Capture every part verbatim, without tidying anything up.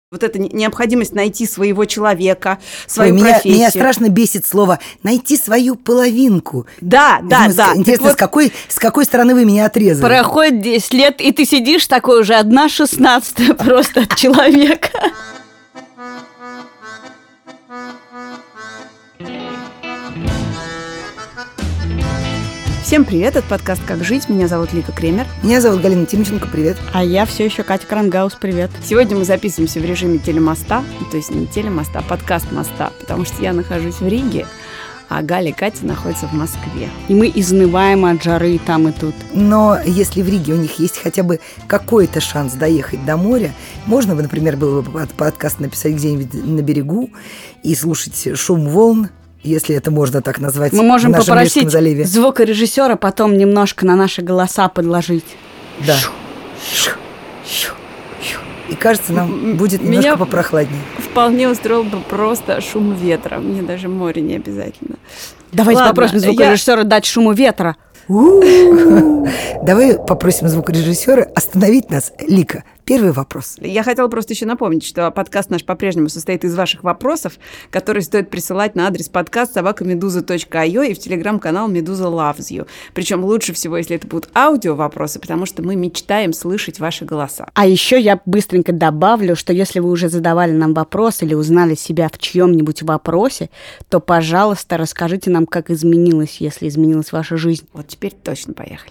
Вот эта необходимость найти своего человека, свою Ой, меня, профессию. Меня страшно бесит слово «найти свою половинку». Да, да, Думаю, да. Интересно, вот... с, какой, с какой стороны вы меня отрезали? Проходит десять лет, и ты сидишь такой уже одна шестнадцатая просто от человека. Всем привет, это подкаст «Как жить». Меня зовут Лика Кремер. Меня зовут Галина Тимченко, привет. А я все еще Катя Крангаус, привет. Сегодня мы записываемся в режиме телемоста, то есть не телемоста, а подкаст моста, потому что я нахожусь в Риге, а Галя и Катя находятся в Москве. И мы изнываем от жары и там, и тут. Но если в Риге у них есть хотя бы какой-то шанс доехать до моря, можно бы, например, было бы подкаст написать где-нибудь на берегу и слушать шум волн, если это можно так назвать. Мы можем в нашем попросить Рижском заливе. звукорежиссера потом немножко на наши голоса подложить. Да. И кажется, нам будет немножко Меня попрохладнее. Вполне устроил бы просто шум ветра. Мне даже море не обязательно. Давайте Ладно, попросим звукорежиссера я... дать шуму ветра. Давай попросим звукорежиссера остановить нас. Лика, первый вопрос. Я хотела просто еще напомнить, что подкаст наш по-прежнему состоит из ваших вопросов, которые стоит присылать на адрес подкаст собака медуза точка ай о и в телеграм-канал Медуза Loves You. Причем лучше всего, если это будут аудио-вопросы, потому что мы мечтаем слышать ваши голоса. А еще я быстренько добавлю, что если вы уже задавали нам вопрос или узнали себя в чьем-нибудь вопросе, то, пожалуйста, расскажите нам, как изменилась, если изменилась ваша жизнь. Вот теперь точно поехали.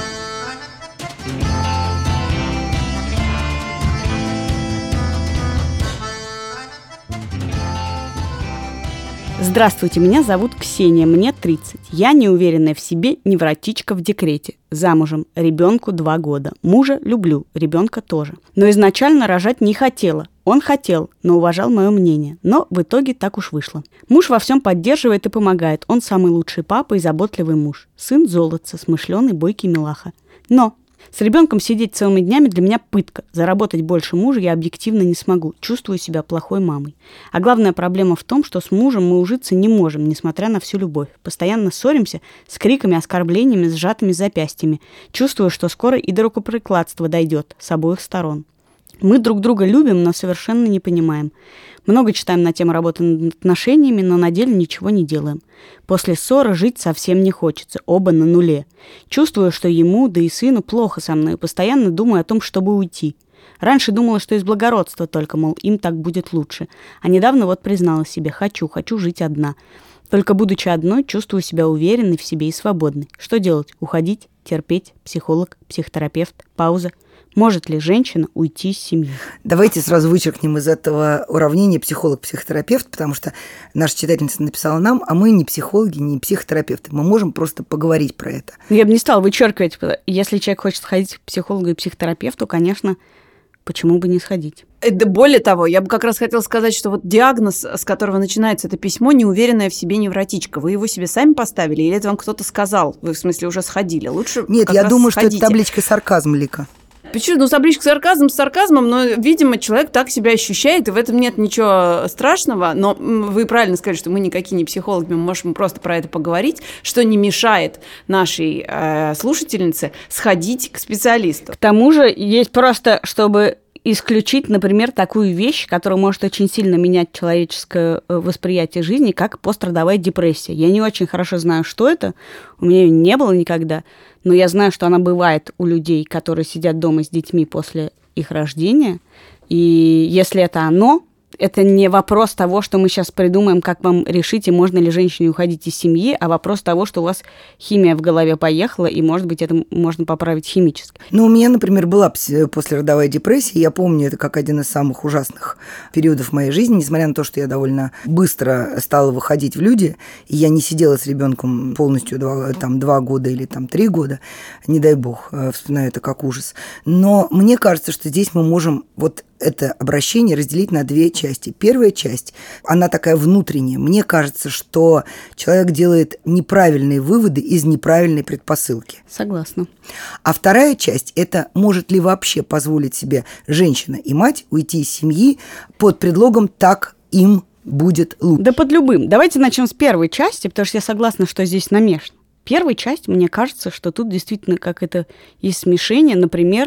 Здравствуйте, меня зовут Ксения, мне тридцать. Я неуверенная в себе, невротичка в декрете. Замужем, ребенку два года. Мужа люблю, ребенка тоже. Но изначально рожать не хотела. Он хотел, но уважал мое мнение. Но в итоге так уж вышло. Муж во всем поддерживает и помогает. Он самый лучший папа и заботливый муж. Сын золотца, смышленый, бойкий милаха. Но с ребенком сидеть целыми днями для меня пытка. Заработать больше мужа я объективно не смогу. Чувствую себя плохой мамой. А главная проблема в том, что с мужем мы ужиться не можем, несмотря на всю любовь. Постоянно ссоримся с криками, оскорблениями, сжатыми запястьями. Чувствую, что скоро и до рукоприкладства дойдет с обоих сторон. Мы друг друга любим, но совершенно не понимаем. Много читаем на тему работы над отношениями, но на деле ничего не делаем. После ссоры жить совсем не хочется, оба на нуле. Чувствую, что ему, да и сыну плохо со мной, постоянно думаю о том, чтобы уйти. Раньше думала, что из благородства только, мол, им так будет лучше. А недавно вот призналась себе: хочу, хочу жить одна. Только будучи одной, чувствую себя уверенной в себе и свободной. Что делать? Уходить? Терпеть? Психолог? Психотерапевт? Пауза? Может ли женщина уйти из семьи? Давайте сразу вычеркнем из этого уравнения психолог-психотерапевт, потому что наша читательница написала нам, а мы не психологи, не психотерапевты. Мы можем просто поговорить про это. Я бы не стала вычеркивать. Если человек хочет сходить к психологу и психотерапевту, конечно, почему бы не сходить? Да, более того, я бы как раз хотела сказать, что вот диагноз, с которого начинается это письмо, неуверенная в себе невротичка. Вы его себе сами поставили или это вам кто-то сказал? Вы, в смысле, уже сходили? Лучше Нет, я думаю, сходите. Что это табличка сарказм, Лика. Почему? Ну, табличка сарказм с сарказмом, но, видимо, человек так себя ощущает, и в этом нет ничего страшного. Но вы правильно сказали, что мы никакие не психологи, мы можем просто про это поговорить, что не мешает нашей э, слушательнице сходить к специалисту. К тому же есть просто, чтобы исключить, например, такую вещь, которая может очень сильно менять человеческое восприятие жизни, как пострадовая депрессия. Я не очень хорошо знаю, что это, у меня ее не было никогда, но я знаю, что она бывает у людей, которые сидят дома с детьми после их рождения, и если это оно, это не вопрос того, что мы сейчас придумаем, как вам решить, и можно ли женщине уходить из семьи, а вопрос того, что у вас химия в голове поехала, и, может быть, это можно поправить химически. Ну, у меня, например, была послеродовая депрессия. Я помню это как один из самых ужасных периодов моей жизни, несмотря на то, что я довольно быстро стала выходить в люди, и я не сидела с ребенком полностью два, там, два года или там, три года, не дай бог, вспоминаю это как ужас. Но мне кажется, что здесь мы можем вот это обращение разделить на две части. Первая часть, она такая внутренняя. Мне кажется, что человек делает неправильные выводы из неправильной предпосылки. Согласна. А вторая часть – это может ли вообще позволить себе женщина и мать уйти из семьи под предлогом «так им будет лучше». Да под любым. Давайте начнем с первой части, потому что я согласна, что здесь намешано. Первая часть, мне кажется, что тут действительно как это есть смешение, например,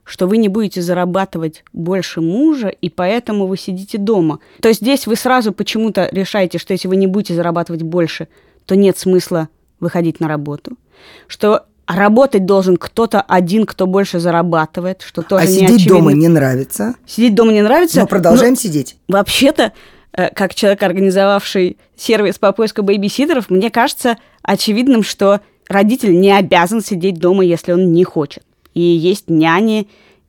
что вы не будете зарабатывать больше мужа, и поэтому вы сидите дома. То есть здесь вы сразу почему-то решаете, что если вы не будете зарабатывать больше, то нет смысла выходить на работу. Что работать должен кто-то один, кто больше зарабатывает, что тоже а не сидеть очевидно. дома не нравится. Сидеть дома не нравится. Но продолжаем но сидеть. Вообще-то, как человек, организовавший сервис по поиску бэйбиситеров, мне кажется очевидным, что родитель не обязан сидеть дома, если он не хочет. И есть няни,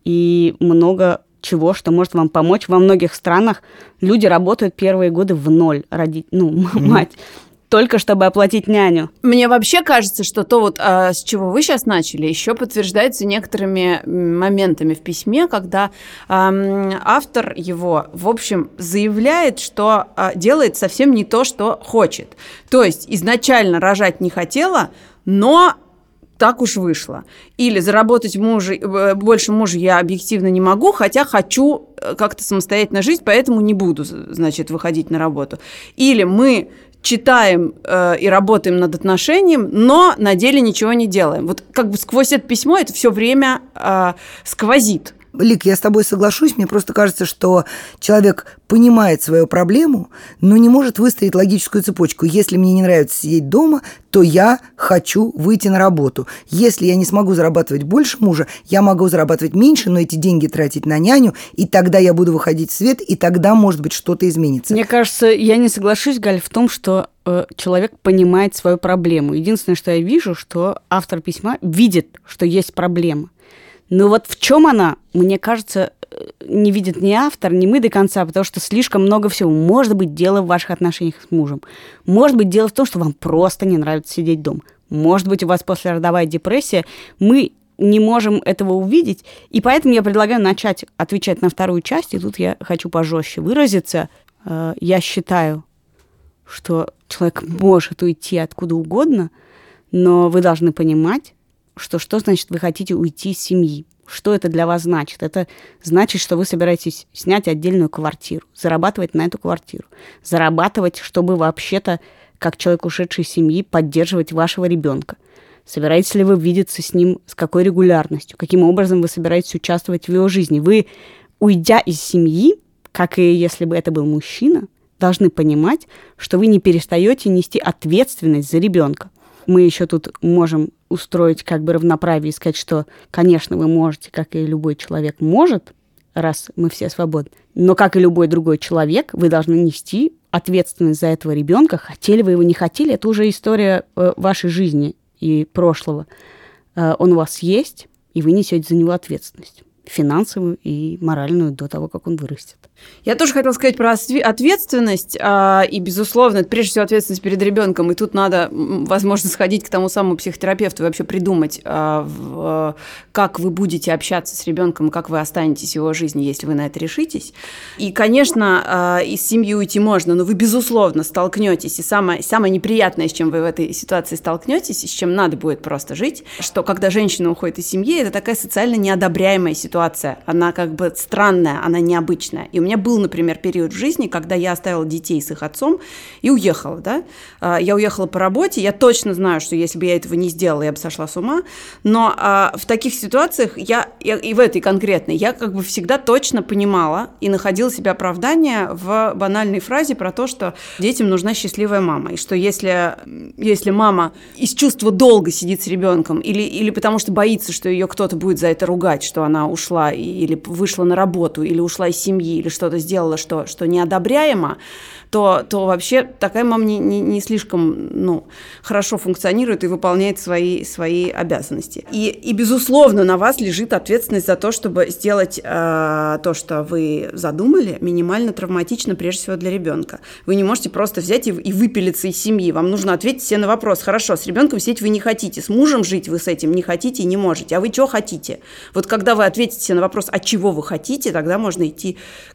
и много чего, что может вам помочь. Во многих странах люди работают первые годы в ноль, роди... ну, mm-hmm. мать, только чтобы оплатить няню. Мне вообще кажется, что то, вот, а, с чего вы сейчас начали, еще подтверждается некоторыми моментами в письме, когда а, автор его, в общем, заявляет, что а, делает совсем не то, что хочет. То есть изначально рожать не хотела, но так уж вышло. Или заработать мужа, больше мужа я объективно не могу, хотя хочу как-то самостоятельно жить, поэтому не буду, значит, выходить на работу. Или мы читаем э, и работаем над отношением, но на деле ничего не делаем. Вот как бы сквозь это письмо это все время э, сквозит. Лик, я с тобой соглашусь, мне просто кажется, что человек понимает свою проблему, но не может выстроить логическую цепочку. Если мне не нравится сидеть дома, то я хочу выйти на работу. Если я не смогу зарабатывать больше мужа, я могу зарабатывать меньше, но эти деньги тратить на няню, и тогда я буду выходить в свет, и тогда, может быть, что-то изменится. Мне кажется, я не соглашусь, Галь, в том, что э, человек понимает свою проблему. Единственное, что я вижу, что автор письма видит, что есть проблема. Но вот в чем она, мне кажется, не видит ни автор, ни мы до конца, потому что слишком много всего. Может быть, дело в ваших отношениях с мужем. Может быть, дело в том, что вам просто не нравится сидеть дома. Может быть, у вас послеродовая депрессия. Мы не можем этого увидеть, и поэтому я предлагаю начать отвечать на вторую часть, и тут я хочу пожестче выразиться. Я считаю, что человек может уйти откуда угодно, но вы должны понимать, что что значит вы хотите уйти из семьи? Что это для вас значит? Это значит, что вы собираетесь снять отдельную квартиру, зарабатывать на эту квартиру, зарабатывать, чтобы вообще-то, как человек, ушедший из семьи, поддерживать вашего ребенка. Собираетесь ли вы видеться с ним, с какой регулярностью? Каким образом вы собираетесь участвовать в его жизни? Вы, уйдя из семьи, как и если бы это был мужчина, должны понимать, что вы не перестаете нести ответственность за ребенка. Мы еще тут можем устроить как бы равноправие и сказать, что, конечно, вы можете, как и любой человек может, раз мы все свободны, но, как и любой другой человек, вы должны нести ответственность за этого ребенка. Хотели вы его, не хотели, это уже история э, вашей жизни и прошлого. Э, он у вас есть, и вы несете за него ответственность. Финансовую и моральную до того, как он вырастет. Я тоже хотела сказать про ответственность, и, безусловно, это прежде всего ответственность перед ребенком, и тут надо, возможно, сходить к тому самому психотерапевту и вообще придумать, как вы будете общаться с ребенком, как вы останетесь в его жизни, если вы на это решитесь. И, конечно, из семьи уйти можно, но вы, безусловно, столкнетесь, и самое, самое неприятное, с чем вы в этой ситуации столкнетесь, и с чем надо будет просто жить, что когда женщина уходит из семьи, это такая социально неодобряемая ситуация, она как бы странная, она необычная. И у меня был, например, период в жизни, когда я оставила детей с их отцом и уехала, да. Я уехала по работе, я точно знаю, что если бы я этого не сделала, я бы сошла с ума, но а, в таких ситуациях я, я, и в этой конкретной, я как бы всегда точно понимала и находила себе оправдание в банальной фразе про то, что детям нужна счастливая мама, и что если, если мама из чувства долга сидит с ребенком или, или потому что боится, что ее кто-то будет за это ругать, что она ушла или вышла на работу, или ушла из семьи, или что-то сделала, что, что неодобряемо, то, то вообще такая мама не, не, не слишком ну, хорошо функционирует и выполняет свои, свои обязанности. И, и, безусловно, на вас лежит ответственность за то, чтобы сделать э, то, что вы задумали, минимально травматично, прежде всего для ребенка. Вы не можете просто взять и, и выпилиться из семьи. Вам нужно ответить себе на вопрос. Хорошо, с ребенком сидеть вы не хотите, с мужем жить вы с этим не хотите и не можете. А вы чего хотите? Вот когда вы ответите себе на вопрос, а чего вы хотите, тогда можно идти к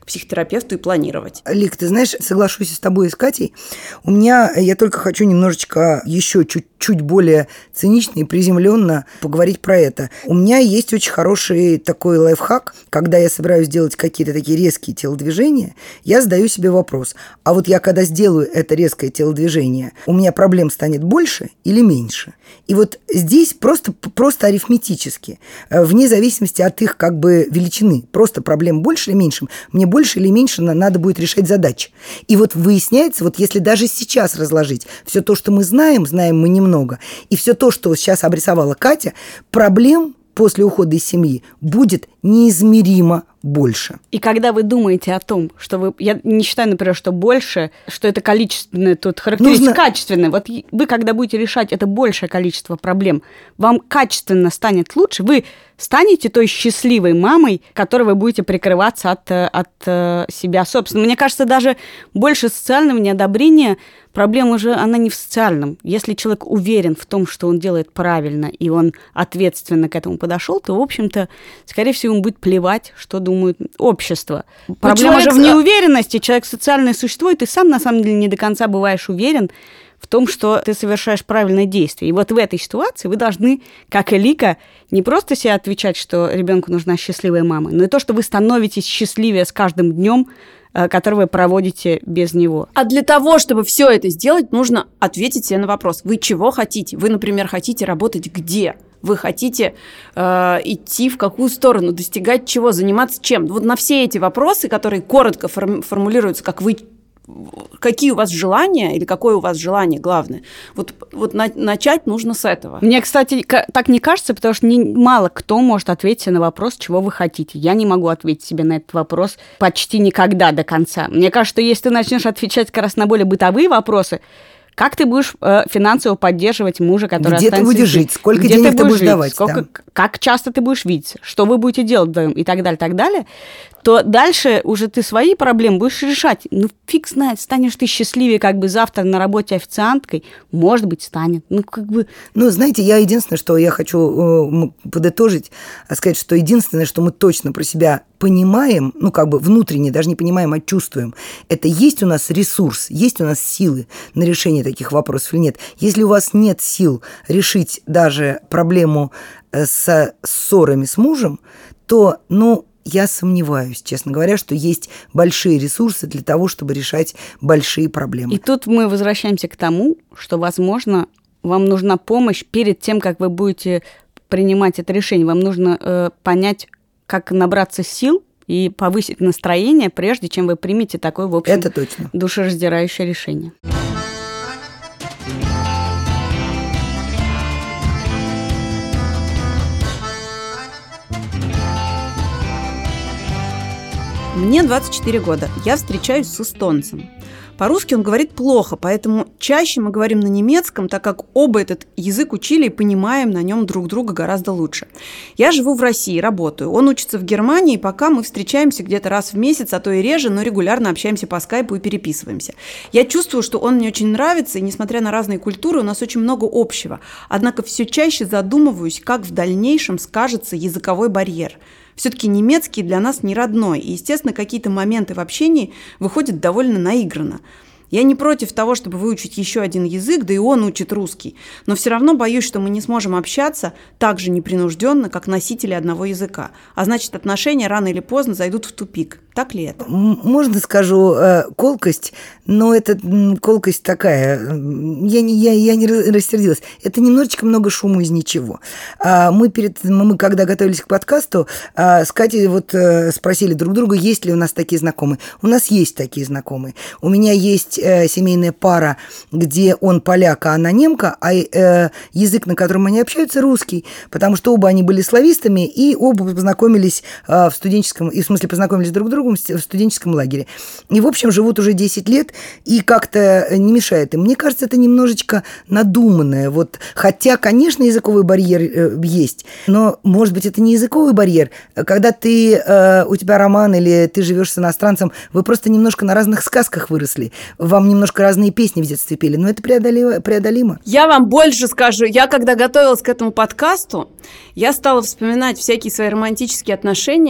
психотерапевту и планировать. Лик, ты знаешь, соглашусь с тобой и с Катей. У меня, я только хочу немножечко еще чуть-чуть более цинично и приземленно поговорить про это. У меня есть очень хороший такой лайфхак. Когда я собираюсь делать какие-то такие резкие телодвижения, я задаю себе вопрос. А вот я когда сделаю это резкое телодвижение, у меня проблем станет больше или меньше? И вот здесь просто, просто арифметически, вне зависимости от их как бы величины, просто проблем больше или меньше, мне больше или меньше надо будет решать задачи. И вот выясняется, вот если даже сейчас разложить все то, что мы знаем, знаем мы немного, и все то, что сейчас обрисовала Катя, проблем после ухода из семьи будет неизмеримо больше. И когда вы думаете о том, что вы... Я не считаю, например, что больше, что это количественное, тут характеристика Нужно... качественное. Вот вы, когда будете решать это большее количество проблем, вам качественно станет лучше, вы станете той счастливой мамой, которой вы будете прикрываться от, от себя собственно. Мне кажется, даже больше социального неодобрения проблема же, она не в социальном. Если человек уверен в том, что он делает правильно, и он ответственно к этому подошел, то, в общем-то, скорее всего, ему будет плевать, что думает общество. Проблема человек... же в неуверенности. Человек социальное существо, и ты сам, на самом деле, не до конца бываешь уверен в том, что ты совершаешь правильное действие. И вот в этой ситуации вы должны, как и Лика, не просто себе отвечать, что ребенку нужна счастливая мама, но и то, что вы становитесь счастливее с каждым днем, который вы проводите без него. А для того, чтобы все это сделать, нужно ответить себе на вопрос. Вы чего хотите? Вы, например, хотите работать где? Вы хотите э, идти в какую сторону, достигать чего, заниматься чем? Вот на все эти вопросы, которые коротко форми- формулируются, как вы, какие у вас желания или какое у вас желание главное, вот, вот на, начать нужно с этого. Мне, кстати, так не кажется, потому что не, мало кто может ответить на вопрос, чего вы хотите. Я не могу ответить себе на этот вопрос почти никогда до конца. Мне кажется, что если ты начнешь отвечать как раз на более бытовые вопросы, как ты будешь э, финансово поддерживать мужа, который где останется... Где ты будешь жить, сколько где денег ты ты будешь жить, давать. Сколько, да. Как часто ты будешь видеться, что вы будете делать вдвоем и так далее, так далее, то дальше уже ты свои проблемы будешь решать. Ну, фиг знает, станешь ты счастливее как бы завтра на работе официанткой, может быть, станет. Ну, как бы... Ну, знаете, я единственное, что я хочу э, подытожить, сказать, что единственное, что мы точно про себя понимаем, ну, как бы внутренне, даже не понимаем, а чувствуем, это есть у нас ресурс, есть у нас силы на решение таких вопросов или нет. Если у вас нет сил решить даже проблему со ссорами с мужем, то, ну, я сомневаюсь, честно говоря, что есть большие ресурсы для того, чтобы решать большие проблемы. И тут мы возвращаемся к тому, что, возможно, вам нужна помощь перед тем, как вы будете принимать это решение. Вам нужно э, понять, как набраться сил и повысить настроение, прежде чем вы примете такое, в общем, это точно. Душераздирающее решение. Мне двадцать четыре года. Я встречаюсь с эстонцем. По-русски он говорит плохо, поэтому чаще мы говорим на немецком, так как оба этот язык учили и понимаем на нем друг друга гораздо лучше. Я живу в России, работаю. Он учится в Германии, и пока мы встречаемся где-то раз в месяц, а то и реже, но регулярно общаемся по скайпу и переписываемся. Я чувствую, что он мне очень нравится, и несмотря на разные культуры, у нас очень много общего. Однако все чаще задумываюсь, как в дальнейшем скажется языковой барьер. Все-таки немецкий для нас не родной, и, естественно, какие-то моменты в общении выходят довольно наигранно. Я не против того, чтобы выучить еще один язык, да и он учит русский, но все равно боюсь, что мы не сможем общаться так же непринужденно, как носители одного языка. А значит, отношения рано или поздно зайдут в тупик. Так ли это? Можно скажу э, колкость, но это колкость такая, я не, я, я не рассердилась. Это немножечко много шума из ничего. А мы, перед, мы когда готовились к подкасту, а, с Катей вот, э, спросили друг друга, есть ли у нас такие знакомые. У нас есть такие знакомые. У меня есть э, семейная пара, где он поляк, а она немка, а э, язык, на котором они общаются, русский, потому что оба они были славистами, и оба познакомились э, в студенческом, и в смысле познакомились друг с другом в студенческом лагере. И, в общем, живут уже десять лет, и как-то не мешает им. Мне кажется, это немножечко надуманное. Вот, хотя, конечно, языковой барьер э, есть, но, может быть, это не языковый барьер. Когда ты, э, у тебя роман или ты живешь с иностранцем, вы просто немножко на разных сказках выросли. Вам немножко разные песни в детстве пели, но это преодолимо. преодолимо. Я вам больше скажу. Я, когда готовилась к этому подкасту, я стала вспоминать всякие свои романтические отношения,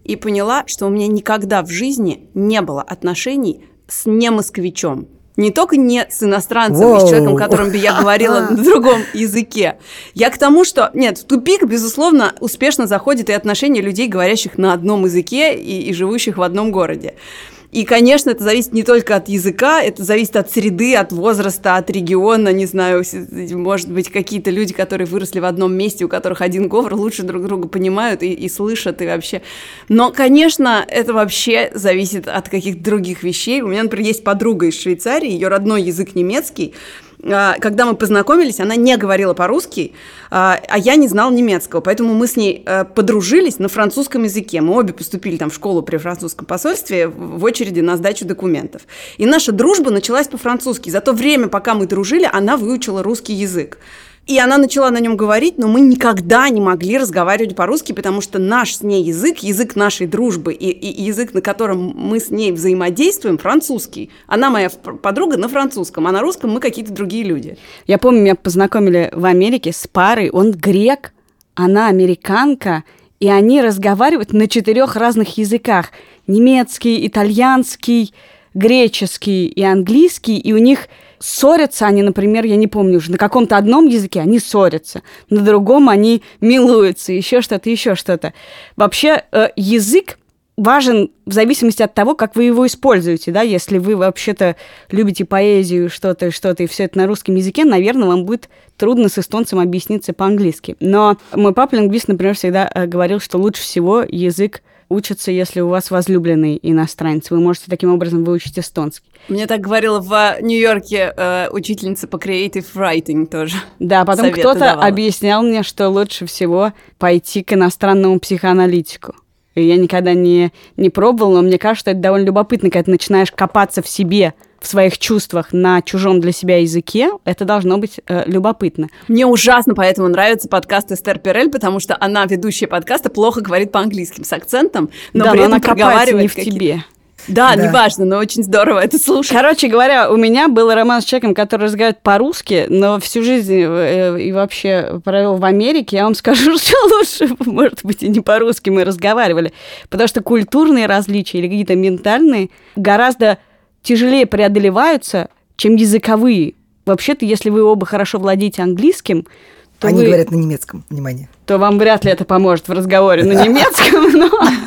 и поняла, что у меня никогда в жизни не было отношений с немосквичом. Не только не с иностранцем, Воу. и с человеком, которым бы я говорила на другом языке. Я к тому, что, нет, в тупик, безусловно, успешно заходят и отношения людей, говорящих на одном языке и, и живущих в одном городе. И, конечно, это зависит не только от языка, это зависит от среды, от возраста, от региона, не знаю, может быть, какие-то люди, которые выросли в одном месте, у которых один говор, лучше друг друга понимают и, и слышат, и вообще. Но, конечно, это вообще зависит от каких-то других вещей. У меня, например, есть подруга из Швейцарии, ее родной язык немецкий. Когда мы познакомились, она не говорила по-русски, а я не знала немецкого, поэтому мы с ней подружились на французском языке. Мы обе поступили там в школу при французском посольстве в очереди на сдачу документов. И наша дружба началась по-французски. За то время, пока мы дружили, она выучила русский язык. И она начала на нем говорить, но мы никогда не могли разговаривать по-русски, потому что наш с ней язык, язык нашей дружбы и, и язык, на котором мы с ней взаимодействуем, французский. Она моя подруга на французском, а на русском мы какие-то другие люди. Я помню, меня познакомили в Америке с парой, он грек, она американка, и они разговаривают на четырех разных языках. Немецкий, итальянский, греческий и английский, и у них ссорятся они, например, я не помню уже, на каком-то одном языке они ссорятся, на другом они милуются, еще что-то, еще что-то. Вообще э, язык важен в зависимости от того, как вы его используете, да, если вы вообще-то любите поэзию, что-то, что-то, и все это на русском языке, наверное, вам будет трудно с эстонцем объясниться по-английски. Но мой папа-лингвист, например, всегда э, говорил, что лучше всего язык учится, если у вас возлюбленный иностранец. Вы можете таким образом выучить эстонский. Мне так говорила в Нью-Йорке э, учительница по creative writing тоже. Да, потом кто-то давала. Объяснял мне, что лучше всего пойти к иностранному психоаналитику. И я никогда не, не пробовала, но мне кажется, что это довольно любопытно, когда ты начинаешь копаться в себе, в своих чувствах на чужом для себя языке, это должно быть э, любопытно. Мне ужасно поэтому нравится подкаст Эстер Перель, потому что она, ведущая подкаста, плохо говорит по-английски с акцентом, но да, при но этом она проговаривает не в какие-то... тебе. Да, да, неважно, но очень здорово это слушать. Короче говоря, у меня был роман с человеком, который разговаривает по-русски, но всю жизнь э, и вообще провел в Америке. Я вам скажу, что лучше, может быть, и не по-русски мы разговаривали, потому что культурные различия или какие-то ментальные гораздо тяжелее преодолеваются, чем языковые. Вообще-то, если вы оба хорошо владеете английским, то Они вы... говорят на немецком, внимание. То вам вряд ли это поможет в разговоре на немецком, но...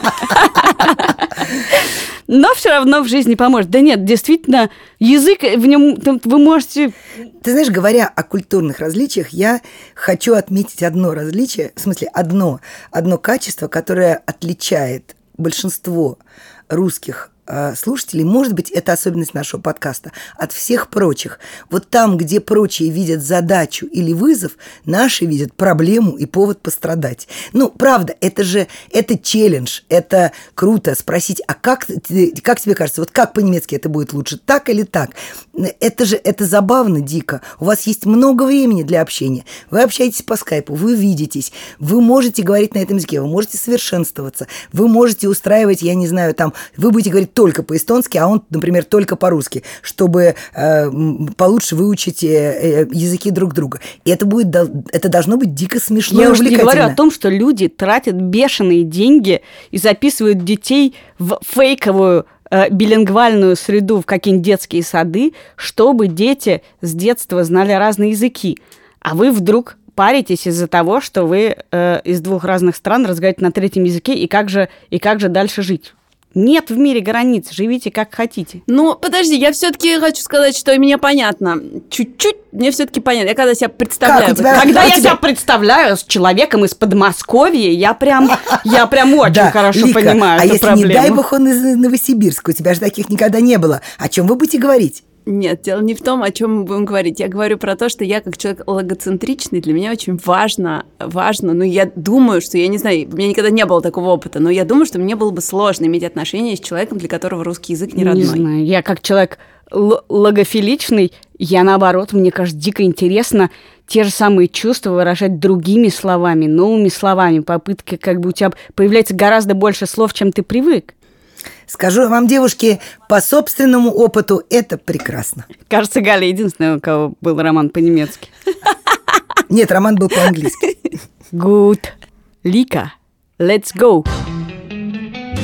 Но все равно в жизни поможет. Да нет, действительно, язык, в нем вы можете... Ты знаешь, говоря о культурных различиях, я хочу отметить одно различие, в смысле, одно, одно качество, которое отличает большинство русских слушателей, может быть, это особенность нашего подкаста, от всех прочих. Вот там, где прочие видят задачу или вызов, наши видят проблему и повод пострадать. Ну, правда, это же, это челлендж, это круто спросить, а как, как тебе кажется, вот как по-немецки это будет лучше, так или так? Это же, это забавно, дико. У вас есть много времени для общения. Вы общаетесь по скайпу, вы видитесь, вы можете говорить на этом языке, вы можете совершенствоваться, вы можете устраивать, я не знаю, там, вы будете говорить только по-эстонски, а он, например, только по-русски, чтобы э, получше выучить э, языки друг друга. И это будет, это должно быть дико смешно Я и уж не увлекательно. говорю о том, что люди тратят бешеные деньги и записывают детей в фейковую э, билингвальную среду, в какие-нибудь детские сады, чтобы дети с детства знали разные языки. А вы вдруг паритесь из-за того, что вы э, из двух разных стран разговариваете на третьем языке, и как же, и как же дальше жить? Нет в мире границ, живите как хотите. Ну, подожди, я все-таки хочу сказать, что мне понятно. Чуть-чуть мне все-таки понятно. Я когда себя представляю... Как, тебя, когда я тебя... себя представляю с человеком из Подмосковья, я прям, я прям очень да, хорошо Лика, понимаю а эту если, проблему. не дай бог, он из Новосибирска, у тебя же таких никогда не было. О чем вы будете говорить? Нет, дело не в том, о чем мы будем говорить. Я говорю про то, что я как человек логоцентричный, для меня очень важно, важно, ну, я думаю, что, я не знаю, у меня никогда не было такого опыта, но я думаю, что мне было бы сложно иметь отношения с человеком, для которого русский язык не родной. Не знаю, я как человек л- логофиличный, я наоборот, мне кажется, дико интересно те же самые чувства выражать другими словами, новыми словами, попытки, как бы у тебя появляется гораздо больше слов, чем ты привык. Скажу вам, девушки, по собственному опыту это прекрасно. Кажется, Галя единственная, у кого был роман по-немецки. Нет, роман был по-английски. Good. Лика, let's go.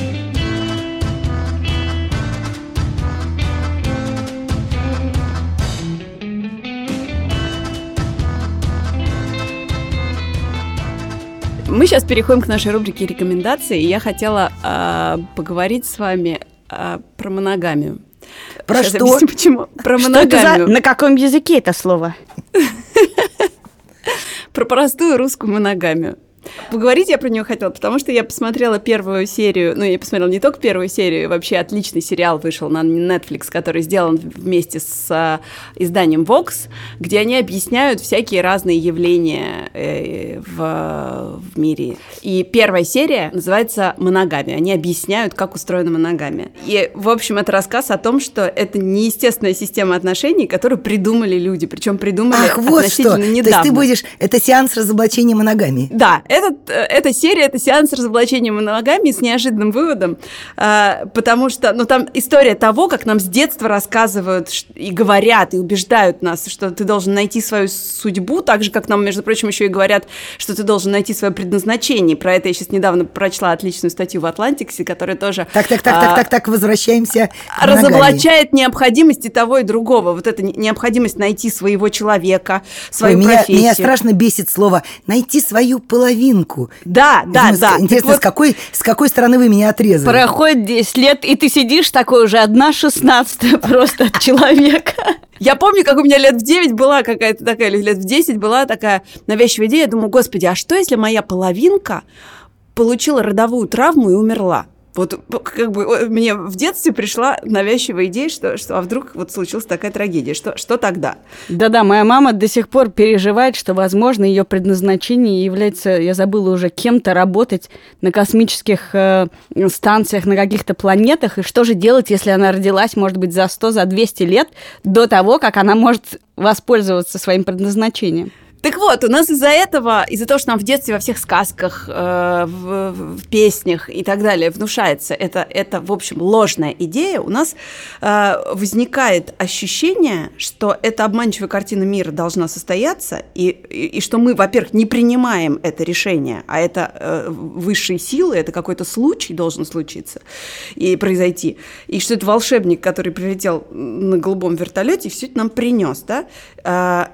Мы сейчас переходим к нашей рубрике рекомендаций, и я хотела э, поговорить с вами э, про моногамию. Про Сейчас что? объясню, почему. Про Что моногамию. это за... На каком языке это слово? Про простую русскую моногамию. Поговорить я про нее хотела, потому что я посмотрела первую серию, ну, я посмотрела не только первую серию, вообще отличный сериал вышел на Netflix, который сделан вместе с а, изданием Vox, где они объясняют всякие разные явления э, в, в мире. И первая серия называется «Моногамия». Они объясняют, как устроена моногамия. И, в общем, это рассказ о том, что это неестественная система отношений, которую придумали люди, причем придумали Ах, вот относительно что. недавно. То есть ты будешь... Это сеанс разоблачения моногамии. Да, этот, эта серия – это сеанс разоблачения моногамии с неожиданным выводом, э, потому что, ну, там история того, как нам с детства рассказывают и говорят, и убеждают нас, что ты должен найти свою судьбу, так же, как нам, между прочим, еще и говорят, что ты должен найти свое предназначение. Про это я сейчас недавно прочла отличную статью в «Атлантиксе», которая тоже… Так, так, так, так, так, так, возвращаемся к моногамии. Разоблачает необходимость и того, и другого. Вот эта необходимость найти своего человека, свою Ой, меня, профессию. меня страшно бесит слово «найти свою половинку». Да, да, Думаю, да. Интересно, вот, с, какой, с какой стороны вы меня отрезали? Проходит десять лет, и ты сидишь такой уже одна шестнадцатая просто от человека. Я помню, как у меня лет в девять была какая-то такая, или лет в десять была такая навязчивая идея. Я думаю, господи, а что, если моя половинка получила родовую травму и умерла? Вот как бы мне в детстве пришла навязчивая идея, что, что а вдруг вот случилась такая трагедия, что, что тогда? Да-да, моя мама до сих пор переживает, что, возможно, ее предназначение является, я забыла уже, кем-то работать на космических э, станциях, на каких-то планетах, и что же делать, если она родилась, может быть, за сто, за двести лет до того, как она может воспользоваться своим предназначением. Так вот, у нас из-за этого, из-за того, что нам в детстве во всех сказках, э, в, в песнях и так далее внушается это, это, в общем, ложная идея, у нас э, возникает ощущение, что эта обманчивая картина мира должна состояться, и, и, и что мы, во-первых, не принимаем это решение, а это э, высшие силы, это какой-то случай должен случиться и произойти, и что это волшебник, который прилетел на голубом вертолете и все это нам принес, да, э,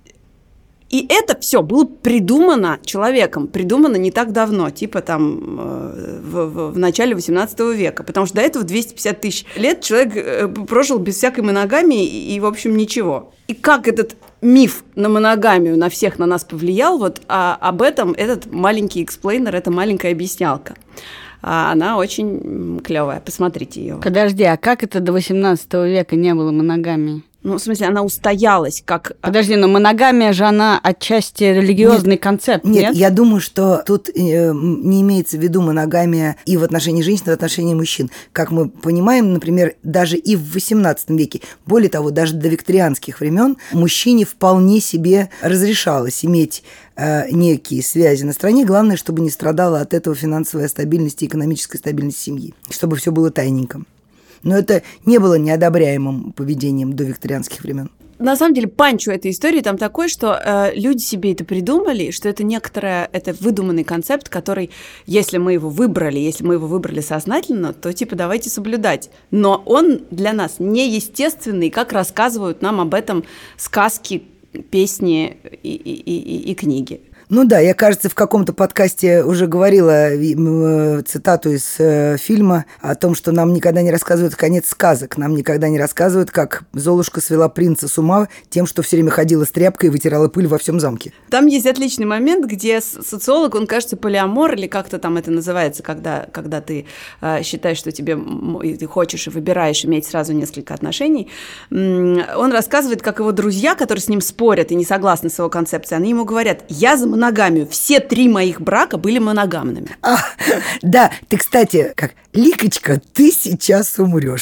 И это все было придумано человеком, придумано не так давно, типа там в, в, в начале восемнадцатого века, потому что до этого двести пятьдесят тысяч лет человек прожил без всякой моногамии и, и, в общем, ничего. И как этот миф на моногамию на всех на нас повлиял, вот а, об этом этот маленький эксплейнер, эта маленькая объяснялка. А она очень клевая, посмотрите ее. Подожди, а как это до восемнадцатого века не было моногамии? Ну, в смысле, она устоялась как... Подожди, но моногамия же она отчасти религиозный нет, концепт, нет? Нет, я думаю, что тут э, не имеется в виду моногамия и в отношении женщин, и в отношении мужчин. Как мы понимаем, например, даже и в восемнадцатом веке, более того, даже до викторианских времен мужчине вполне себе разрешалось иметь э, некие связи на стороне. Главное, чтобы не страдала от этого финансовая стабильность и экономическая стабильность семьи, чтобы все было тайненько. Но это не было неодобряемым поведением до викторианских времен. На самом деле, панч у этой истории там такой, что э, люди себе это придумали, что это некоторое, это выдуманный концепт, который, если мы его выбрали, если мы его выбрали сознательно, то типа давайте соблюдать. Но он для нас неестественный, как рассказывают нам об этом сказки, песни и, и, и, и книги. Ну да, я, кажется, в каком-то подкасте уже говорила цитату из э, фильма о том, что нам никогда не рассказывают конец сказок, нам никогда не рассказывают, как Золушка свела принца с ума тем, что все время ходила с тряпкой и вытирала пыль во всем замке. Там есть отличный момент, где социолог, он, кажется, полиамор, или как-то там это называется, когда, когда ты э, считаешь, что тебе ты хочешь и выбираешь иметь сразу несколько отношений. Он рассказывает, как его друзья, которые с ним спорят и не согласны с его концепцией, они ему говорят: я за моногамию. Все три моих брака были моногамными. А, да, ты, кстати, как Ликочка, ты сейчас умрешь.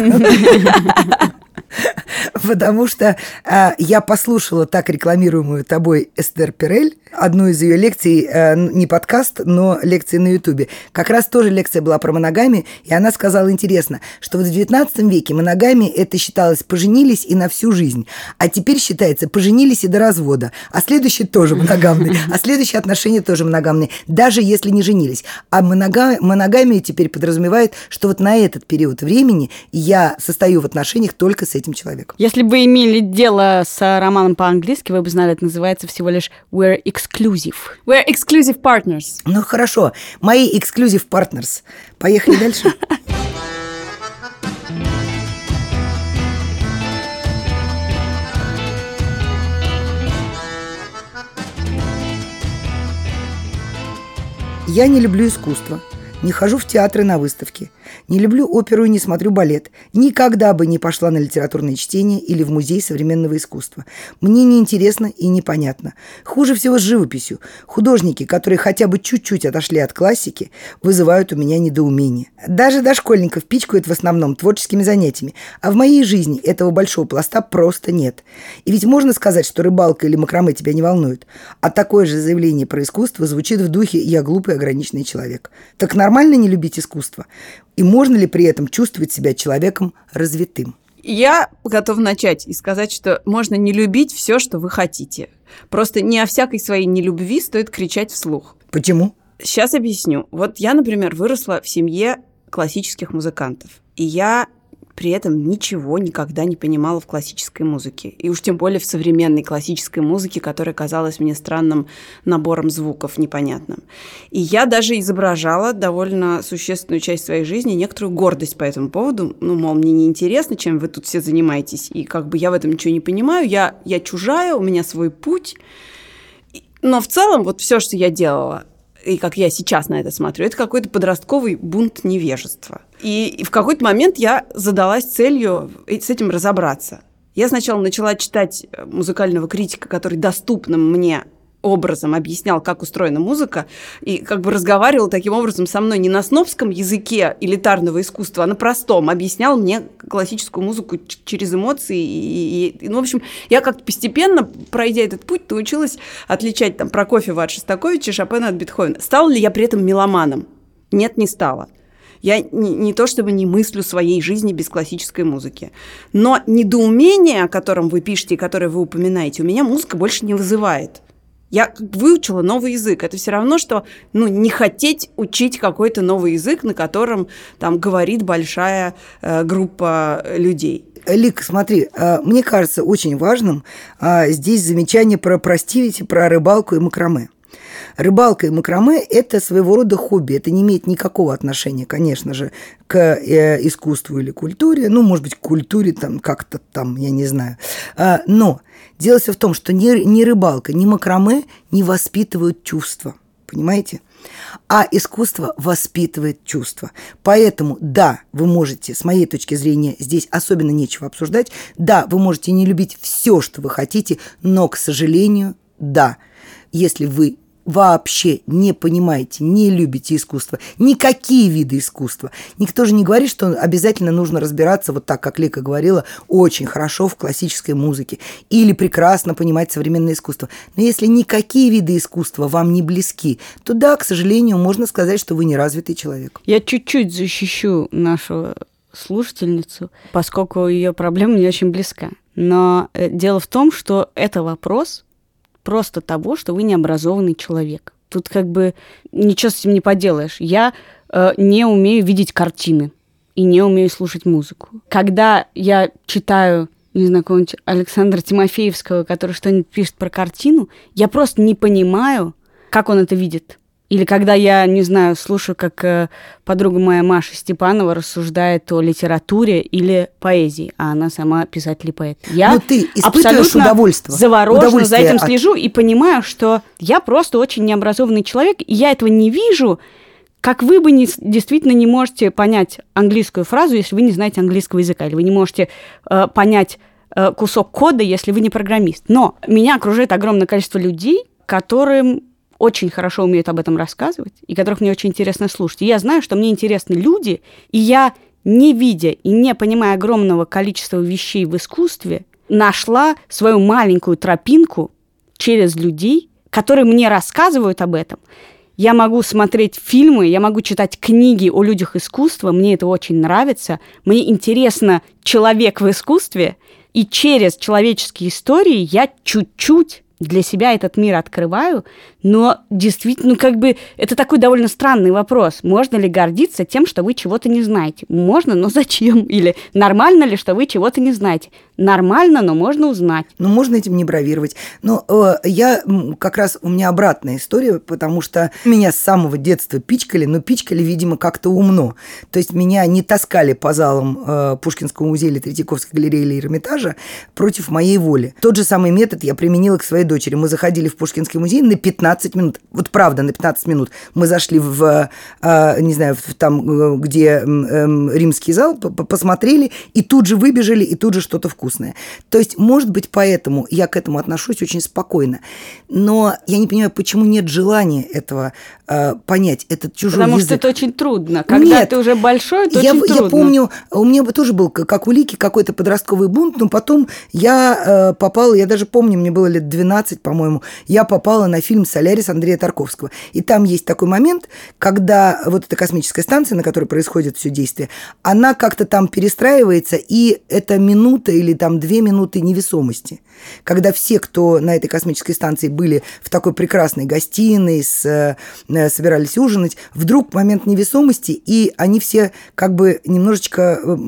Потому что э, я послушала так рекламируемую тобой Эстер Перель, одну из ее лекций, э, не подкаст, но лекции на Ютубе. Как раз тоже лекция была про моногамию, и она сказала интересно, что в девятнадцатом веке моногамия это считалось поженились и на всю жизнь, а теперь считается поженились и до развода, а следующий тоже моногамный, а следующие отношения тоже моногамные, даже если не женились. А монога- моногамия теперь подразумевает, что вот на этот период времени я состою в отношениях только с этим человеком. Если Если бы имели дело с романом по-английски, вы бы знали, это называется всего лишь we're exclusive. We're exclusive partners. Ну, хорошо. Мои exclusive partners. Поехали дальше. Я не люблю искусство, не хожу в театры на выставки, не люблю оперу и не смотрю балет, никогда бы не пошла на литературное чтение или в музей современного искусства. Мне неинтересно и непонятно. Хуже всего с живописью. Художники, которые хотя бы чуть-чуть отошли от классики, вызывают у меня недоумение. Даже дошкольников пичкают в основном творческими занятиями, а в моей жизни этого большого пласта просто нет. И ведь можно сказать, что рыбалка или макраме тебя не волнует, а такое же заявление про искусство звучит в духе «я глупый ограниченный человек». Так нормально не любить искусство? И можно ли при этом чувствовать себя человеком развитым? Я готова начать и сказать, что можно не любить все, что вы хотите. Просто не о всякой своей нелюбви стоит кричать вслух. Почему? Сейчас объясню. Вот я, например, выросла в семье классических музыкантов. И я при этом ничего никогда не понимала в классической музыке. И уж тем более в современной классической музыке, которая казалась мне странным набором звуков, непонятным. И я даже изображала довольно существенную часть своей жизни, некоторую гордость по этому поводу. Ну, мол, мне неинтересно, чем вы тут все занимаетесь. И как бы я в этом ничего не понимаю. Я, я чужая, у меня свой путь. Но в целом вот все, что я делала, и как я сейчас на это смотрю, это какой-то подростковый бунт невежества. И, и в какой-то момент я задалась целью с этим разобраться. Я сначала начала читать музыкального критика, который доступным мне образом объяснял, как устроена музыка, и как бы разговаривал таким образом со мной не на снобском языке элитарного искусства, а на простом. Объяснял мне классическую музыку через эмоции. И, и, и, ну, в общем, я как-то постепенно, пройдя этот путь, научилась отличать там Прокофьева от Шостаковича, Шопена от Бетховена. Стала ли я при этом меломаном? Нет, не стала. Я не, не то чтобы не мыслю своей жизни без классической музыки. Но недоумение, о котором вы пишете и которое вы упоминаете, у меня музыка больше не вызывает. Я выучила новый язык. Это все равно, что ну, не хотеть учить какой-то новый язык, на котором там говорит большая э, группа людей. Лик, смотри, мне кажется очень важным здесь замечание про, простите, про рыбалку и макраме. Рыбалка и макраме – это своего рода хобби. Это не имеет никакого отношения, конечно же, к э, искусству или культуре. Ну, может быть, к культуре там как-то там, я не знаю. А, но дело все в том, что ни, ни рыбалка, ни макраме не воспитывают чувства. Понимаете? А искусство воспитывает чувства. Поэтому, да, вы можете, с моей точки зрения, здесь особенно нечего обсуждать, да, вы можете не любить все, что вы хотите, но, к сожалению, да, если вы вообще не понимаете, не любите искусство, никакие виды искусства. Никто же не говорит, что обязательно нужно разбираться, вот так, как Лика говорила, очень хорошо в классической музыке или прекрасно понимать современное искусство. Но если никакие виды искусства вам не близки, то да, к сожалению, можно сказать, что вы неразвитый человек. Я чуть-чуть защищу нашу слушательницу, поскольку ее проблема не очень близка. Но дело в том, что это вопрос просто того, что вы необразованный человек. Тут как бы ничего с этим не поделаешь. Я э, не умею видеть картины и не умею слушать музыку. Когда я читаю, не знаю, какого-нибудь Александра Тимофеевского, который что-нибудь пишет про картину, я просто не понимаю, как он это видит. Или когда я, не знаю, слушаю, как э, подруга моя Маша Степанова рассуждает о литературе или поэзии, а она сама писатель и поэт. Я Но ты испытываешь удовольствие. Завороженно за этим от... слежу и понимаю, что я просто очень необразованный человек, и я этого не вижу, как вы бы не, действительно не можете понять английскую фразу, если вы не знаете английского языка, или вы не можете э, понять э, кусок кода, если вы не программист. Но меня окружает огромное количество людей, которым очень хорошо умеют об этом рассказывать, и которых мне очень интересно слушать. И я знаю, что мне интересны люди, и я, не видя и не понимая огромного количества вещей в искусстве, нашла свою маленькую тропинку через людей, которые мне рассказывают об этом. Я могу смотреть фильмы, я могу читать книги о людях искусства, мне это очень нравится. Мне интересно человек в искусстве, и через человеческие истории я чуть-чуть для себя этот мир открываю, но действительно, ну, как бы, это такой довольно странный вопрос. Можно ли гордиться тем, что вы чего-то не знаете? Можно, но зачем? Или нормально ли, что вы чего-то не знаете? Нормально, но можно узнать. Ну, можно этим не бравировать. Но э, я как раз, у меня обратная история, потому что меня с самого детства пичкали, но пичкали, видимо, как-то умно. То есть меня не таскали по залам э, Пушкинского музея или Третьяковской галереи или Эрмитажа против моей воли. Тот же самый метод я применила к своей дочери. Мы заходили в Пушкинский музей на пятнадцать минут. Вот правда, на пятнадцать минут. Мы зашли в, э, не знаю, в, там, где э, э, римский зал, посмотрели, и тут же выбежали, и тут же что-то вкусное. То есть, может быть, поэтому я к этому отношусь очень спокойно. Но я не понимаю, почему нет желания этого э, понять, этот чужой Потому язык. Потому что это очень трудно. Когда нет, ты уже большой, это я, очень трудно. Я помню, у меня тоже был, как у Лики, какой-то подростковый бунт, но потом я э, попала, я даже помню, мне было лет двенадцать, по-моему, я попала на фильм «Солярис» Андрея Тарковского. И там есть такой момент, когда вот эта космическая станция, на которой происходит все действие, она как-то там перестраивается, и это минута или там две минуты невесомости. Когда все, кто на этой космической станции были в такой прекрасной гостиной, с, э, собирались ужинать, вдруг момент невесомости, и они все как бы немножечко э,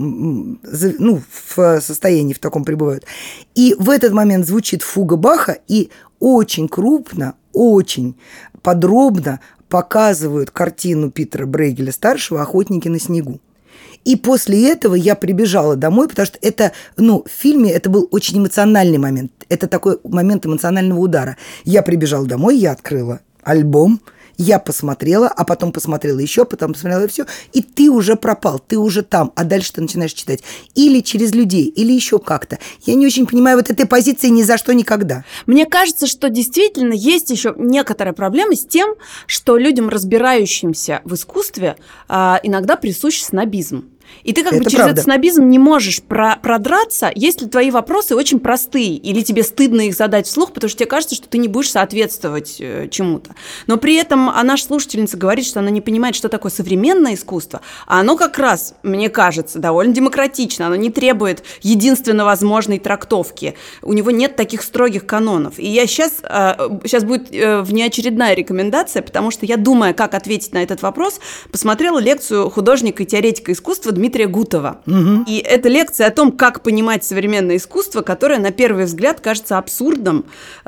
ну, в состоянии в таком пребывают. И в этот момент звучит фуга Баха, и очень крупно, очень подробно показывают картину Питера Брейгеля-старшего «Охотники на снегу». И после этого я прибежала домой, потому что это, ну, в фильме это был очень эмоциональный момент. Это такой момент эмоционального удара. Я прибежала домой, я открыла альбом, я посмотрела, а потом посмотрела еще, потом посмотрела и все. И ты уже пропал, ты уже там, а дальше ты начинаешь читать. Или через людей, или еще как-то. Я не очень понимаю вот этой позиции ни за что никогда. Мне кажется, что действительно есть еще некоторая проблема с тем, что людям, разбирающимся в искусстве, иногда присущ снобизм. И ты как это бы через правда. Этот снобизм не можешь про- продраться, если твои вопросы очень простые, или тебе стыдно их задать вслух, потому что тебе кажется, что ты не будешь соответствовать э, чему-то. Но при этом а наша слушательница говорит, что она не понимает, что такое современное искусство, а оно как раз, мне кажется, довольно демократично, оно не требует единственно возможной трактовки, у него нет таких строгих канонов. И я сейчас, э, сейчас будет э, внеочередная рекомендация, потому что я, думая, как ответить на этот вопрос, посмотрела лекцию художника и теоретика искусства Дмитрия Гутова. Угу. И это лекция о том, как понимать современное искусство, которое на первый взгляд кажется абсурдом.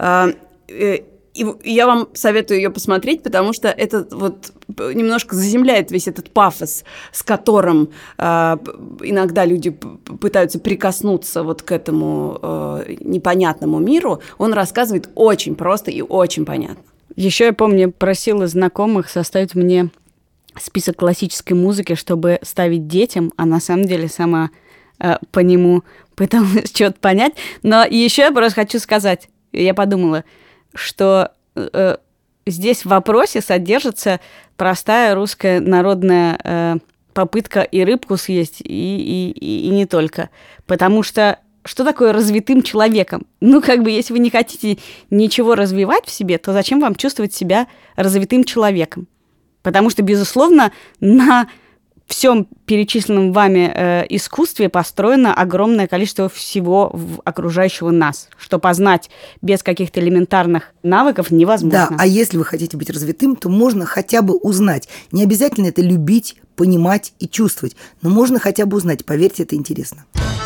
И я вам советую ее посмотреть, потому что это вот немножко заземляет весь этот пафос, с которым иногда люди пытаются прикоснуться вот к этому непонятному миру. Он рассказывает очень просто и очень понятно. Еще я помню, просила знакомых составить мне список классической музыки, чтобы ставить детям, а на самом деле сама э, по нему пыталась что-то понять. Но еще я просто хочу сказать, я подумала, что э, здесь в вопросе содержится простая русская народная э, попытка и рыбку съесть, и, и, и, и не только. Потому что что такое развитым человеком? Ну, как бы, если вы не хотите ничего развивать в себе, то зачем вам чувствовать себя развитым человеком? Потому что, безусловно, на всем перечисленном вами э, искусстве построено огромное количество всего окружающего нас, что познать без каких-то элементарных навыков невозможно. Да, а если вы хотите быть развитым, то можно хотя бы узнать. Не обязательно это любить, понимать и чувствовать, но можно хотя бы узнать. Поверьте, это интересно.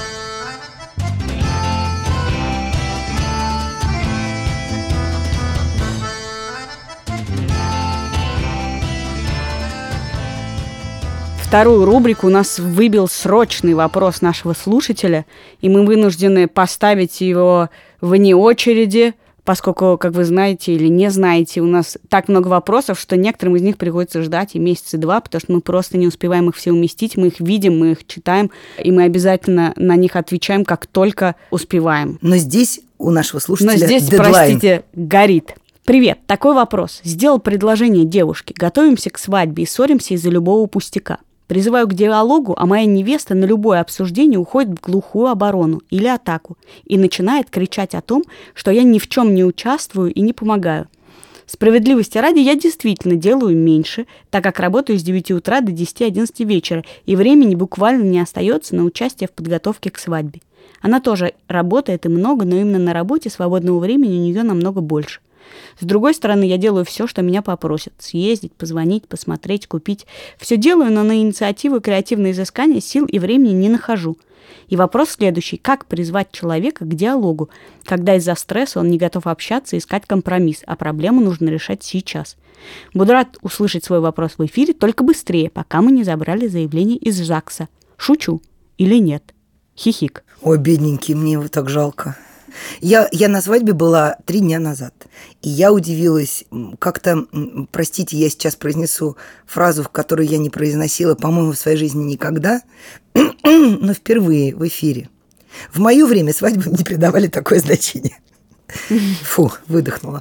Вторую рубрику у нас выбил срочный вопрос нашего слушателя, и мы вынуждены поставить его вне очереди, поскольку, как вы знаете или не знаете, у нас так много вопросов, что некоторым из них приходится ждать и месяца два, потому что мы просто не успеваем их все уместить, мы их видим, мы их читаем, и мы обязательно на них отвечаем, как только успеваем. Но здесь у нашего слушателя Но здесь, дедлайн. простите, горит. Привет, такой вопрос. Сделал предложение девушке, готовимся к свадьбе и ссоримся из-за любого пустяка. Призываю к диалогу, а моя невеста на любое обсуждение уходит в глухую оборону или атаку и начинает кричать о том, что я ни в чем не участвую и не помогаю. Справедливости ради, я действительно делаю меньше, так как работаю с девяти утра до десяти-одиннадцати вечера, и времени буквально не остается на участие в подготовке к свадьбе. Она тоже работает и много, но именно на работе свободного времени у нее намного больше. С другой стороны, я делаю все, что меня попросят. Съездить, позвонить, посмотреть, купить. Все делаю, но на инициативу и креативные изыскания сил и времени не нахожу. И вопрос следующий. Как призвать человека к диалогу, когда из-за стресса он не готов общаться и искать компромисс, а проблему нужно решать сейчас? Буду рад услышать свой вопрос в эфире, только быстрее, пока мы не забрали заявление из ЗАГСа. Шучу. Или нет? Хихик. Ой, бедненький, мне его так жалко. Я, я на свадьбе была три дня назад, и я удивилась, как-то, простите, я сейчас произнесу фразу, в которой я не произносила, по-моему, в своей жизни никогда, но впервые в эфире. В мое время свадьбам не придавали такое значение. Фу, выдохнула.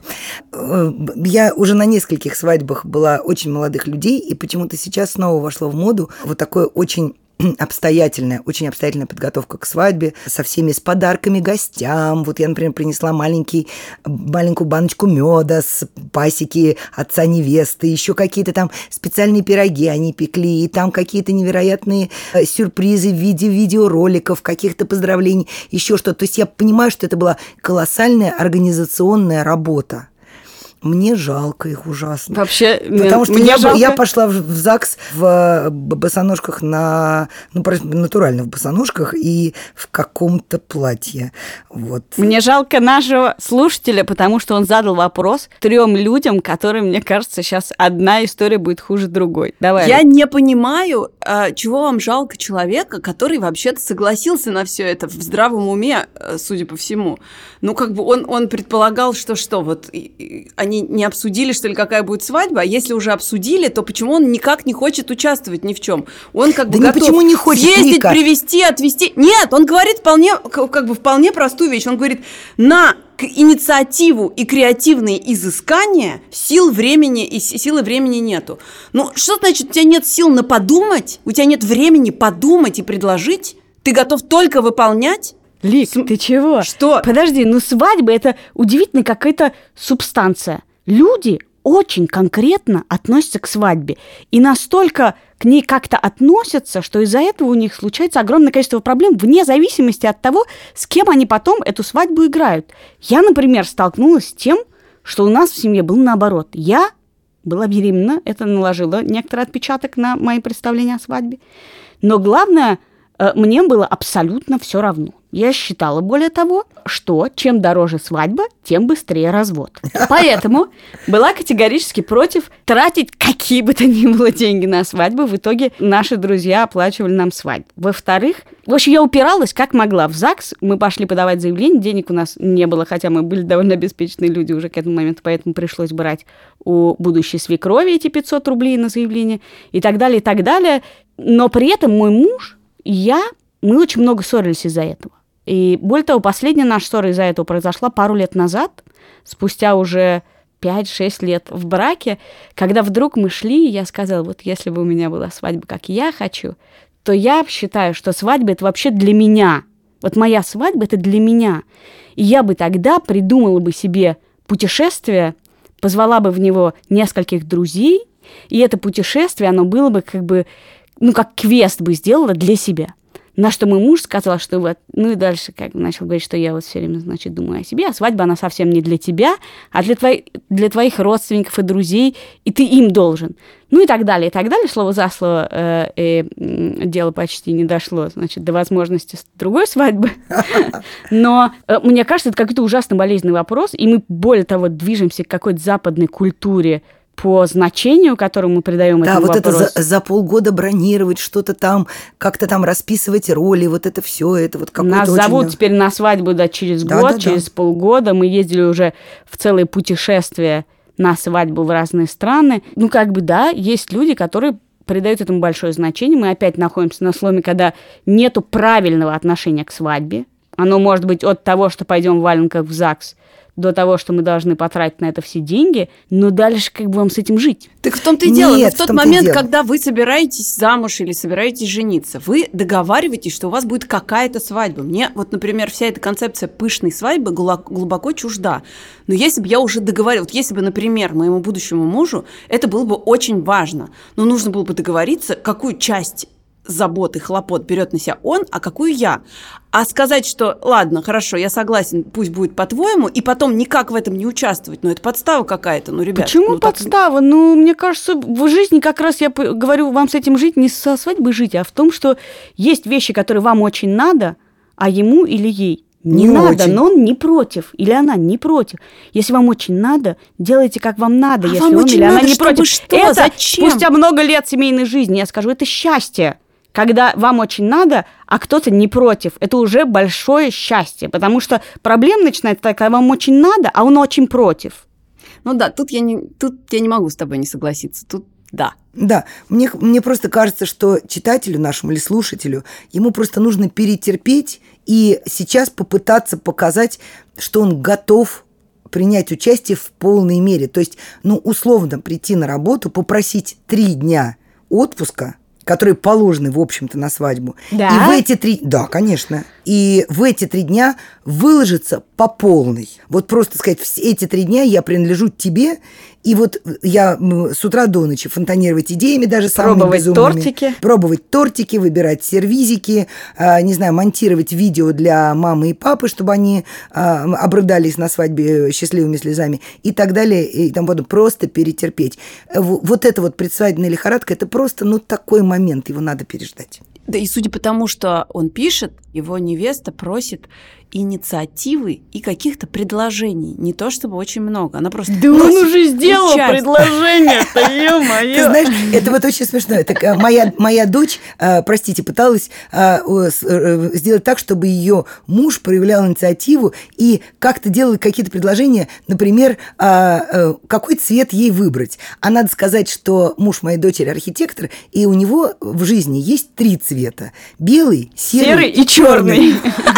Я уже на нескольких свадьбах была очень молодых людей, и почему-то сейчас снова вошло в моду вот такое очень обстоятельная, очень обстоятельная подготовка к свадьбе со всеми, с подарками гостям. Вот я, например, принесла маленький, маленькую баночку меда с пасеки отца невесты, еще какие-то там специальные пироги они пекли, и там какие-то невероятные сюрпризы в виде видеороликов, каких-то поздравлений, еще что-то. То есть я понимаю, что это была колоссальная организационная работа. Мне жалко их ужасно. Вообще, потому что мне я, жалко... я пошла в, в ЗАГС в босоножках на, ну, натурально в босоножках и в каком-то платье. Вот. Мне жалко нашего слушателя, потому что он задал вопрос трем людям, которые, мне кажется, сейчас одна история будет хуже другой. Давай. Я не понимаю, чего вам жалко человека, который вообще-то согласился на все это в здравом уме, судя по всему. Ну, как бы он, он предполагал, что что, вот они не обсудили, что ли, какая будет свадьба, а если уже обсудили, то почему он никак не хочет участвовать ни в чем? Он как бы да готов почему не хочет, съездить, Ника? Привезти, отвезти. Нет, он говорит вполне, как бы вполне простую вещь. Он говорит, на инициативу и креативные изыскания сил времени и силы времени нету. Ну, что значит, у тебя нет сил на подумать? У тебя нет времени подумать и предложить? Ты готов только выполнять? Лик, С... ты чего? Что? Подожди, ну свадьба – это удивительная какая-то субстанция. Люди очень конкретно относятся к свадьбе. И настолько к ней как-то относятся, что из-за этого у них случается огромное количество проблем вне зависимости от того, с кем они потом эту свадьбу играют. Я, например, столкнулась с тем, что у нас в семье было наоборот. Я была беременна, это наложило некоторый отпечаток на мои представления о свадьбе. Но главное, мне было абсолютно все равно. Я считала, более того, что чем дороже свадьба, тем быстрее развод. Поэтому была категорически против тратить какие бы то ни было деньги на свадьбу. В итоге наши друзья оплачивали нам свадьбу. Во-вторых, в общем, я упиралась как могла в ЗАГС. Мы пошли подавать заявление, денег у нас не было, хотя мы были довольно обеспеченные люди уже к этому моменту, поэтому пришлось брать у будущей свекрови эти пятьсот рублей на заявление и так далее, и так далее. Но при этом мой муж и я, мы очень много ссорились из-за этого. И более того, последняя наша ссора из-за этого произошла пару лет назад, спустя уже пять-шесть лет в браке, когда вдруг мы шли, и я сказала, вот если бы у меня была свадьба, как я хочу, то я считаю, что свадьба – это вообще для меня. Вот моя свадьба – это для меня. И я бы тогда придумала бы себе путешествие, позвала бы в него нескольких друзей, и это путешествие, оно было бы как бы, ну, как квест бы сделала для себя. На что мой муж сказал, что вот, ну и дальше как начал говорить, что я вот все время, значит, думаю о себе, а свадьба, она совсем не для тебя, а для, твои, для твоих родственников и друзей, и ты им должен. Ну и так далее, и так далее. Слово за слово э, э, дело почти не дошло, значит, до возможности другой свадьбы. Но э, мне кажется, это какой-то ужасно болезненный вопрос, и мы, более того, движемся к какой-то западной культуре, по значению, которому мы придаем да, этому вот вопросу. это за, за полгода бронировать что-то там, как-то там расписывать роли, вот это все, это вот какое-то Нас очень... зовут теперь на свадьбу, да, через да, год, да, через да. полгода. Мы ездили уже в целые путешествия на свадьбу в разные страны. Ну, как бы, да, есть люди, которые придают этому большое значение. Мы опять находимся на сломе, когда нету правильного отношения к свадьбе. Оно может быть от того, что пойдем в валенках в ЗАГС, до того, что мы должны потратить на это все деньги, но дальше как бы вам с этим жить? Так в том-то и дело. Нет, в тот в момент, дело. когда вы собираетесь замуж или собираетесь жениться, вы договариваетесь, что у вас будет какая-то свадьба. Мне вот, например, вся эта концепция пышной свадьбы глубоко чужда. Но если бы я уже договорилась, вот если бы, например, моему будущему мужу это было бы очень важно, но нужно было бы договориться, какую часть забот и хлопот берет на себя он, а какую я. А сказать, что ладно, хорошо, я согласен, пусть будет по-твоему, и потом никак в этом не участвовать, ну это подстава какая-то, ну, ребят. Почему ну, подстава? Так... Ну, мне кажется, в жизни как раз я говорю вам с этим жить, не со свадьбы жить, а в том, что есть вещи, которые вам очень надо, а ему или ей не, не надо, очень. Но он не против, или она не против. Если вам очень надо, делайте, как вам надо, а если вам он или надо, она не против. Что? Это Зачем? Спустя много лет семейной жизни, я скажу, это счастье. Когда вам очень надо, а кто-то не против, это уже большое счастье, потому что проблема начинается тогда, когда вам очень надо, а он очень против. Ну да, тут я не, тут я не могу с тобой не согласиться, тут да. Да, мне, мне просто кажется, что читателю нашему или слушателю, ему просто нужно перетерпеть и сейчас попытаться показать, что он готов принять участие в полной мере. То есть, ну, условно прийти на работу, попросить три дня отпуска, которые положены, в общем-то, на свадьбу. Да? И в эти три... Да, конечно. И в эти три дня выложиться по полной. Вот просто сказать, все эти три дня я принадлежу тебе, и вот я с утра до ночи фонтанировать идеями даже самыми пробовать безумными. тортики. Пробовать тортики, выбирать сервизики, не знаю, монтировать видео для мамы и папы, чтобы они обрыдались на свадьбе счастливыми слезами и так далее, и тому подобное. Просто перетерпеть. Вот эта вот предсвадебная лихорадка, это просто, ну, такой момент, его надо переждать. Да и судя по тому, что он пишет, его невеста просит инициативы и каких-то предложений. Не то чтобы очень много, она просто... Да он уже сделал предложение-то, ё-моё! Ты знаешь, это вот очень смешно. Это моя, моя дочь, простите, пыталась сделать так, чтобы ее муж проявлял инициативу и как-то делал какие-то предложения, например, какой цвет ей выбрать. А надо сказать, что муж моей дочери архитектор, и у него в жизни есть три цвета. Белый, серый, серый и черный.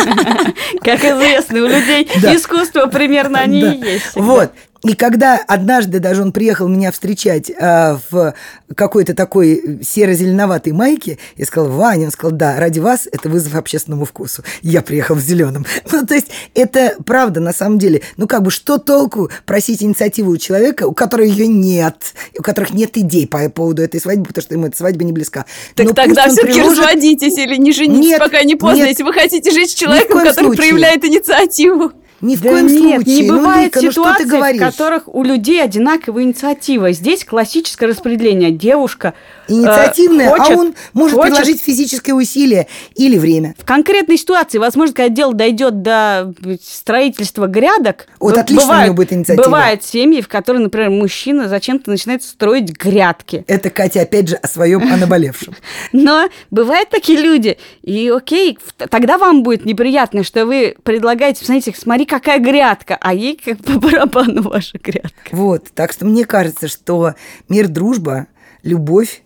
Как известно, у людей да. искусство примерно они да. и есть. Всегда. Вот. И когда однажды даже он приехал меня встречать а, в какой-то такой серо-зеленоватой майке, я сказала, Ваня, он сказал, да, ради вас это вызов общественному вкусу. Я приехал в зеленом. Ну, то есть это правда, на самом деле. Ну, как бы, что толку просить инициативу у человека, у которого ее нет, у которых нет идей по поводу этой свадьбы, потому что ему эта свадьба не близка. Так Но тогда все-таки приложит... разводитесь или не женитесь, нет, пока не поздно, нет, если вы хотите жить с человеком, который случае. проявляет инициативу. Ни в да коем нет, случае. не бывает ну, Лика, ситуаций, ну, в которых у людей одинаковая инициатива. Здесь классическое распределение. Девушка инициативная, э, хочет, а он может хочет... приложить физическое усилие или время. В конкретной ситуации, возможно, когда дело дойдет до строительства грядок, вот отлично бывает, у него будет инициатива. Бывают семьи, в которых, например, мужчина зачем-то начинает строить грядки. Это, Катя, опять же, о своем о наболевшем. Но бывают такие люди, и окей, тогда вам будет неприятно, что вы предлагаете, посмотрите, смотри, какая грядка, а ей как по барабану ваша грядка. Вот, так что мне кажется, что мир, дружба, любовь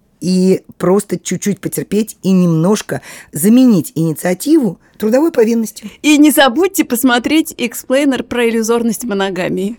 и просто чуть-чуть потерпеть и немножко заменить инициативу трудовой повинностью. И не забудьте посмотреть эксплейнер про иллюзорность моногамии.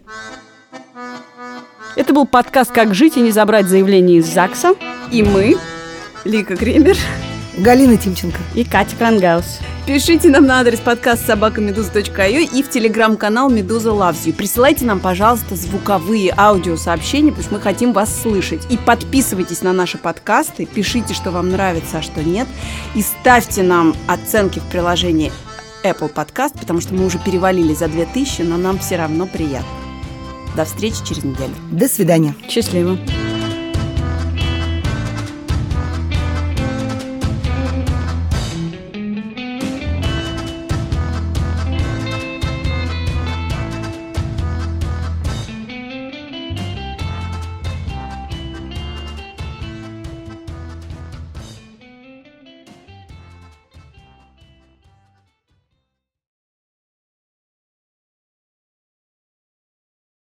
Это был подкаст «Как жить и не забрать заявление из ЗАГСа». И мы, Лика Кремер, Галина Тимченко и Катя Крангаус. Пишите нам на адрес подкаст собака медуза точка ай о и в телеграм-канал Медуза Loves You. Присылайте нам, пожалуйста, звуковые аудиосообщения, потому что мы хотим вас слышать. И подписывайтесь на наши подкасты, пишите, что вам нравится, а что нет. И ставьте нам оценки в приложении Apple Podcast, потому что мы уже перевалили за две тысячи, но нам все равно приятно. До встречи через неделю. До свидания. Счастливо.